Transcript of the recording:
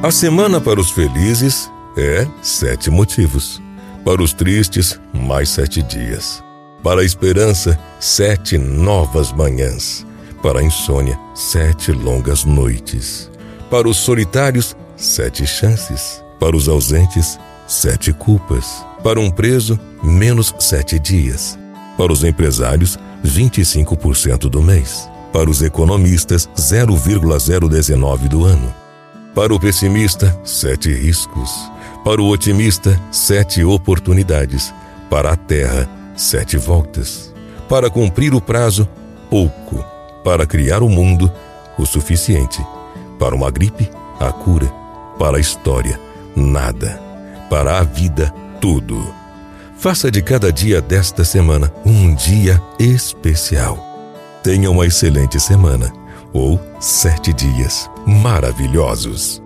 A semana para os felizes é 7 motivos. Para os tristes, mais 7 dias. Para a esperança, 7 novas manhãs. Para a insônia, 7 longas noites. Para os solitários, 7 chances. Para os ausentes, 7 culpas. Para um preso, menos 7 dias. Para os empresários, 25% do mês. Para os economistas, 0,019 do ano. Para o pessimista, 7 riscos. Para o otimista, 7 oportunidades. Para a terra, 7 voltas. Para cumprir o prazo, pouco. Para criar o mundo, o suficiente. Para uma gripe, a cura. Para a história, nada. Para a vida, tudo. Faça de cada dia desta semana um dia especial. Tenha uma excelente semana ou 7 dias maravilhosos.